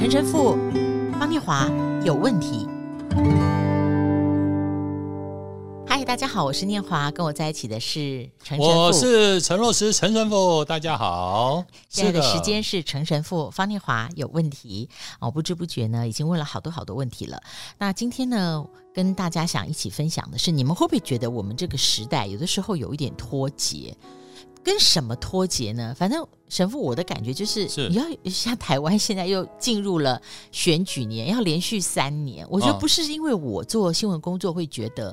陈神父，方念华有问题。嗨，大家好，我是念华，跟我在一起的是陈神父。 我是陈若石，陈神父，大家好。 现在的时间是陈神父方念华有问题不知不觉呢，已经问了好多问题了。那今天呢，跟大家想一起分享的是，你们会不会觉得我们这个时代有的时候有一点脱节？跟什么脱节呢？反正神父我的感觉就是你要像台湾现在又进入了选举年，要连续3年。我觉得不是因为我做新闻工作会觉得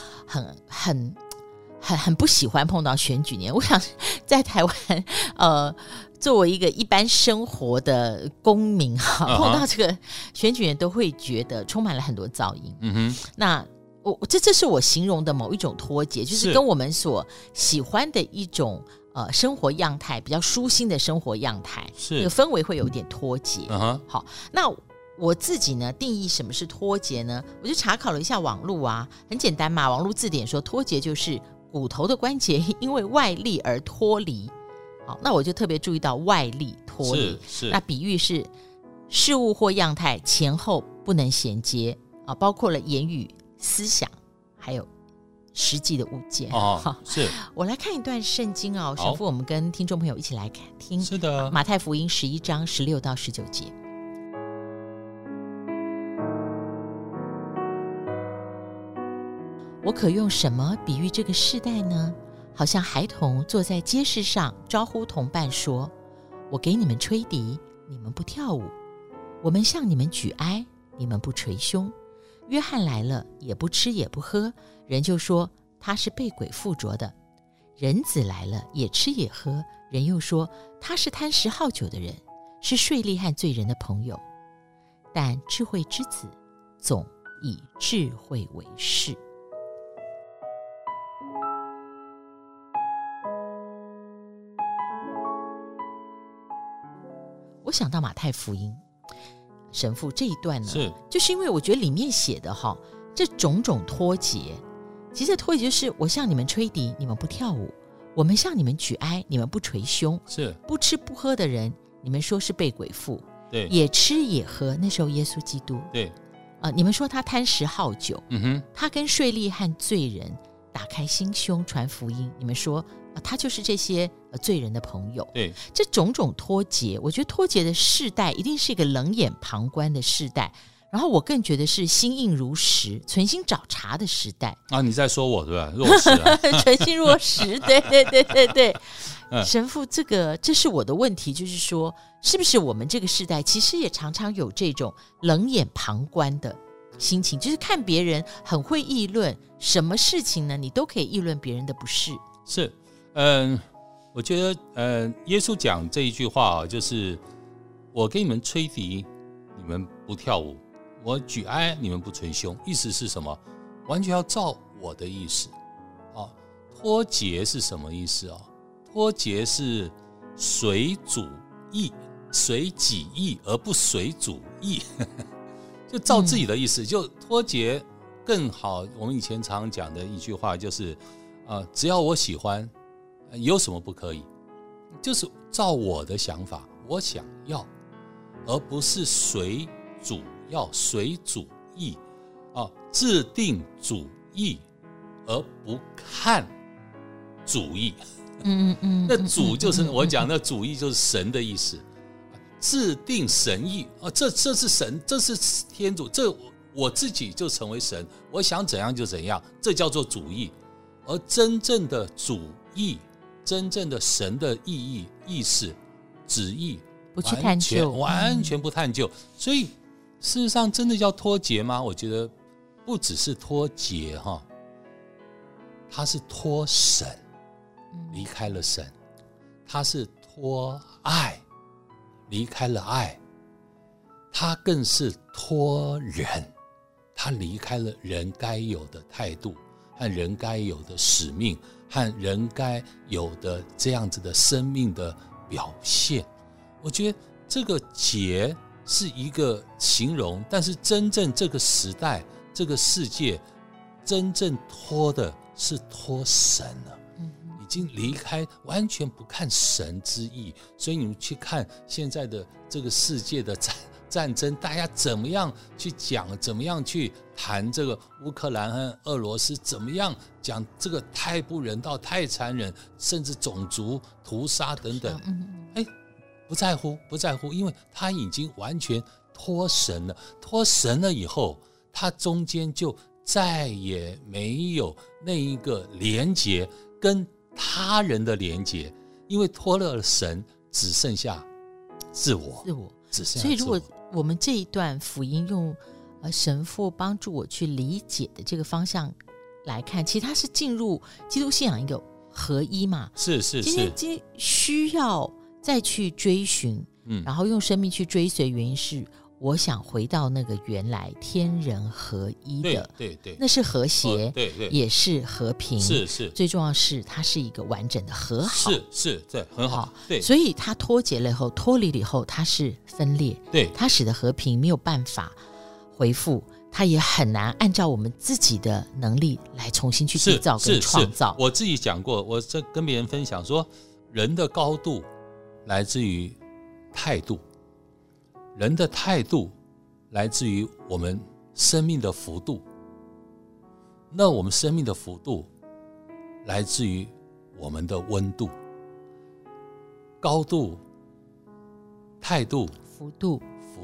很不喜欢碰到选举年。我想在台湾作为一个一般生活的公民碰到这个选举年都会觉得充满了很多噪音。那这是我形容的某一种脱节，就是跟我们所喜欢的一种生活样态，比较舒心的生活样态，那个氛围会有点脱节。好，那我自己呢定义什么是脱节呢？我就查考了一下网络很简单嘛，网络字典说脱节就是骨头的关节因为外力而脱离。好，那我就特别注意到外力脱离，那比喻是事物或样态前后不能衔接包括了言语、思想还有实际的物件。 是我来看一段圣经神父，我们跟听众朋友一起来听。 是的， 马太福音11章16到19节。我可用什么比喻这个世代呢？好像孩童坐在街市上，招呼同伴说，我给你们吹笛，你们不跳舞，我们向你们举哀，你们不捶胸。约翰来了，也不吃也不喝，人就说他是被鬼附着的。人子来了，也吃也喝，人又说他是贪食好酒的人，是税吏和罪人的朋友。但智慧之子总以智慧为事。我想到马太福音神父这一段呢，就是因为我觉得里面写的这种种脱节，其实脱节就是我向你们吹笛，你们不跳舞；我们向你们举哀，你们不捶胸；不吃不喝的人，你们说是被鬼附；也吃也喝，那时候耶稣基督，你们说他贪食好酒，他跟税吏和罪人打开心胸传福音，你们说他就是这些罪人的朋友。这种种脱节，我觉得脱节的世代一定是一个冷眼旁观的世代，然后我更觉得是心硬如石，存心找茬的时代你在说我对吧？弱势存心弱势，对神父，这是我的问题，就是说是不是我们这个世代其实也常常有这种冷眼旁观的心情，就是看别人很会议论，什么事情呢你都可以议论别人的不是。 我觉得耶稣讲这一句话就是我给你们吹笛，你们不跳舞，我举哀，你们不捶胸。意思是什么？完全要照我的意思脱节是什么意思脱节是随主意，随己意而不随主意就照自己的意思就脱节更好。我们以前常讲的一句话就是只要我喜欢，有什么不可以？就是照我的想法，我想要，而不是随主要，随主意制定主意而不看主意。那主就是我讲的主意，就是神的意思。制定神意这是神，这是天主，这我自己就成为神，我想怎样就怎样，这叫做主意。而真正的主意，真正的神的意义、意识、旨意， 不去探究， 完全不探究。所以事实上真的叫脱节吗？我觉得不只是脱节它是脱神，离开了神；它是脱爱，离开了爱；它更是脱人，它离开了人该有的态度和人该有的使命和人该有的这样子的生命的表现。我觉得这个节是一个形容，但是真正这个时代这个世界真正脱的是脱神了，已经离开，完全不看神之意。所以你们去看现在的这个世界的战争，大家怎么样去讲，怎么样去谈这个乌克兰和俄罗斯，怎么样讲这个太不人道、太残忍，甚至种族屠杀等等。不在乎，因为他已经完全脱神了。脱神了以后，他中间就再也没有那一个连结跟他人的连结，因为脱了神，只剩下自我，只剩下自我。 所以如果我们这一段福音用神父帮助我去理解的这个方向来看，其实它是进入基督信仰一个合一嘛。 是今天需要再去追寻，然后用生命去追随，原因是我想回到那个原来天人合一的， 对， 那是和谐， 对， 也是和平， 是最重要是它是一个完整的和好， 是对，很好，对， 所以它脱节了以后，脱离了以后，它是分裂， 对， 它使得和平没有办法恢复，它也很难按照我们自己的能力来重新去缔造跟创造。 我自己讲过，我在跟别人分享说，人的高度来自于态度，人的态度来自于我们生命的幅度，那我们生命的幅度来自于我们的温度。高度、态度、 幅度、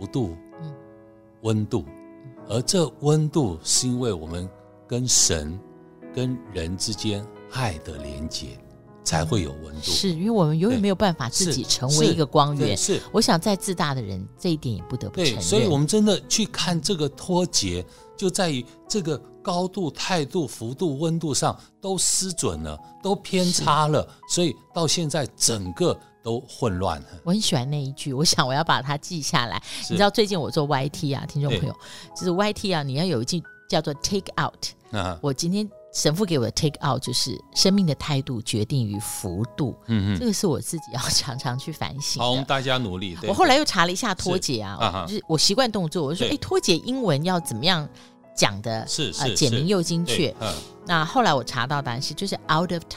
温度，而这温度是因为我们跟神跟人之间爱的连结才会有温度。 是因为我们永远没有办法自己成为一个光源， 是我想再自大的人这一点也不得不承认。 对，所以我们真的去看这个脱节，就在于这个高度、态度、幅度、温度上都失准了，都偏差了，所以到现在整个都混乱了。 我很喜欢那一句，我想我要把它记下来。你知道最近我做 YT 啊，听众朋友，就是 YT 啊，你要有一句叫做 take out。我今天神父给我的 take out 就是生命的态度决定于幅度。这个是我自己要常常去反省的。 好，我们大家努力。 我后来又查了一下脱节啊，就是我习惯动作，我就说脱节英文要怎么样讲的简明又精确。那后来我查到答案是就是 out of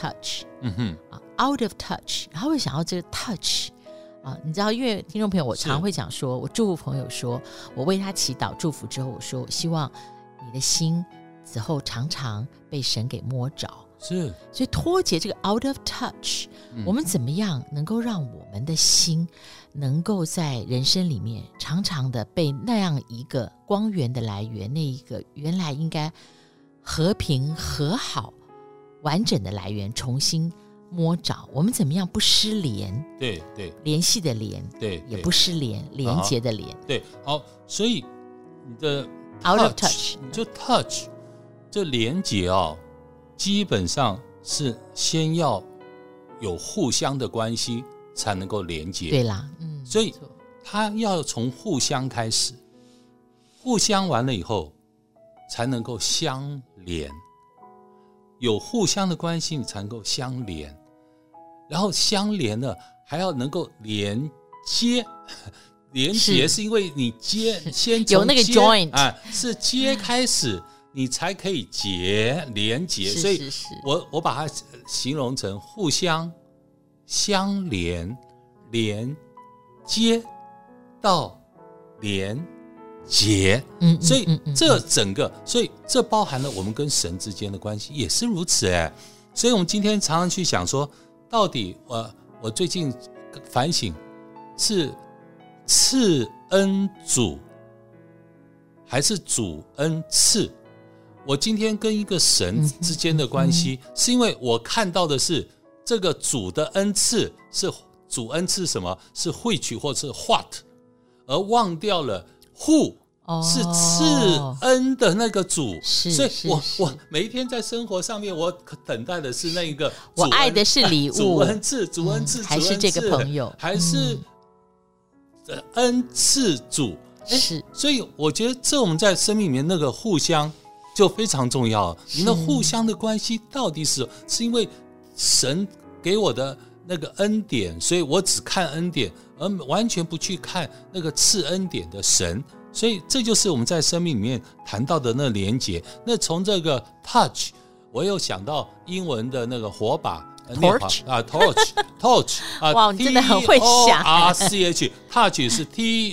touch。out of touch， 然后我想要这个 touch 你知道，因为听众朋友，我常会讲说，我祝福朋友说，我为他祈祷祝福之后，我说我希望你的心此后常常被神给摸着。 是， 所以脱节这个 out of touch，我们怎么样能够让我们的心能够在人生里面常常的被那样一个光源的来源，那一个原来应该和平和好完整的来源重新摸着，我们怎么样不失联？ 对， 联系的联， 对， 也不失联，连结的连。 对，好，所以你的 out of touch， 你就 touch 这连结基本上是先要有互相的关系才能够连结。 对啦， 所以它要从互相开始，互相完了以后才能够相连，有互相的关系你才能够相连。然后相连了还要能够连接，连接是因为你先从有那个 joint 是接开始你才可以连接，所以我把它形容成互相相连，连接到连结。所以这整个，所以这包含了我们跟神之间的关系也是如此。所以我们今天常常去想说，到底我最近反省是赐恩主还是主恩赐？我今天跟一个神之间的关系，是因为我看到的是这个主的恩赐，是主恩赐什么？是which或是 what， 而忘掉了 who。是赐恩的那个主，所以我每一天在生活上面，我等待的是那一个我爱的是礼物， 主恩赐， 还是这个朋友， 还是恩赐主。 是， 所以我觉得这我们在生命里面那个互相就非常重要。你的互相的关系到底是因为神给我的那个恩典，所以我只看恩典，而完全不去看那个赐恩典的神。所以这就是我们在生命里面谈到的那连结。那从这个 touch， 我又想到英文的那个火把 torch 啊 torch 啊， 哇，你真的很会想。 TORCH touch 是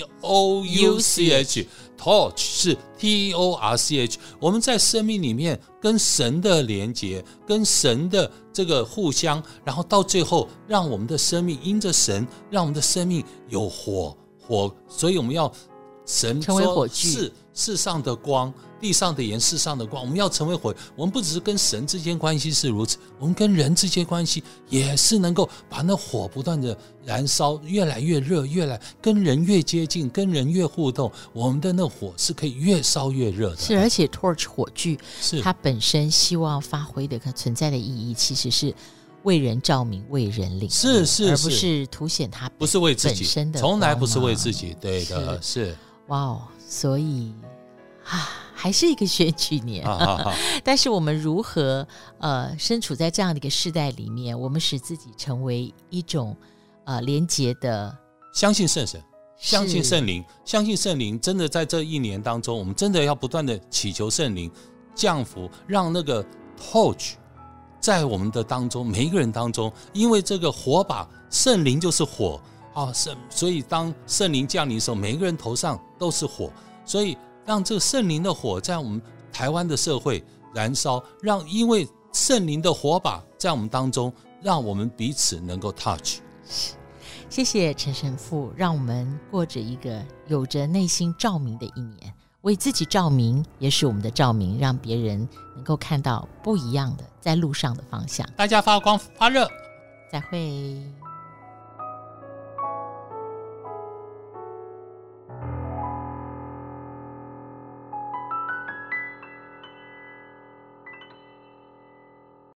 TOUCH torch 是 TORCH。我们在生命里面跟神的连结，跟神的这个互相，然后到最后让我们的生命因着神，让我们的生命有火，所以我们要神成为火炬， 是世上的光，地上的盐，世上的光。我们要成为火，我们不只是跟神之间关系是如此，我们跟人之间关系也是能够把那火不断的燃烧，越来越热，跟人越接近，跟人越互动，我们的那火是可以越烧越热的。 是，而且 torch 火炬是它本身希望发挥的存在的意义，其实是为人照明，为人领路， 是而不是凸显它不是为自己本身的， 从来不是为自己。对的，是哇哦，所以还是一个选举年，但是我们如何身处在这样的一个世代里面，我们使自己成为一种连结的， 相信圣神，相信圣灵，相信圣灵。真的在这一年当中，我们真的要不断的祈求圣灵降福，让那个 torch 在我们的当中，每一个人当中，因为这个火把，圣灵就是火所以当圣灵降临的时候，每一个人头上都是火，所以让这个圣灵的火在我们台湾的社会燃烧，让因为圣灵的火把在我们当中，让我们彼此能够 touch。 谢谢陈神父，让我们过着一个有着内心照明的一年，为自己照明，也是我们的照明，让别人能够看到不一样的在路上的方向。 大家发光发热， 再会。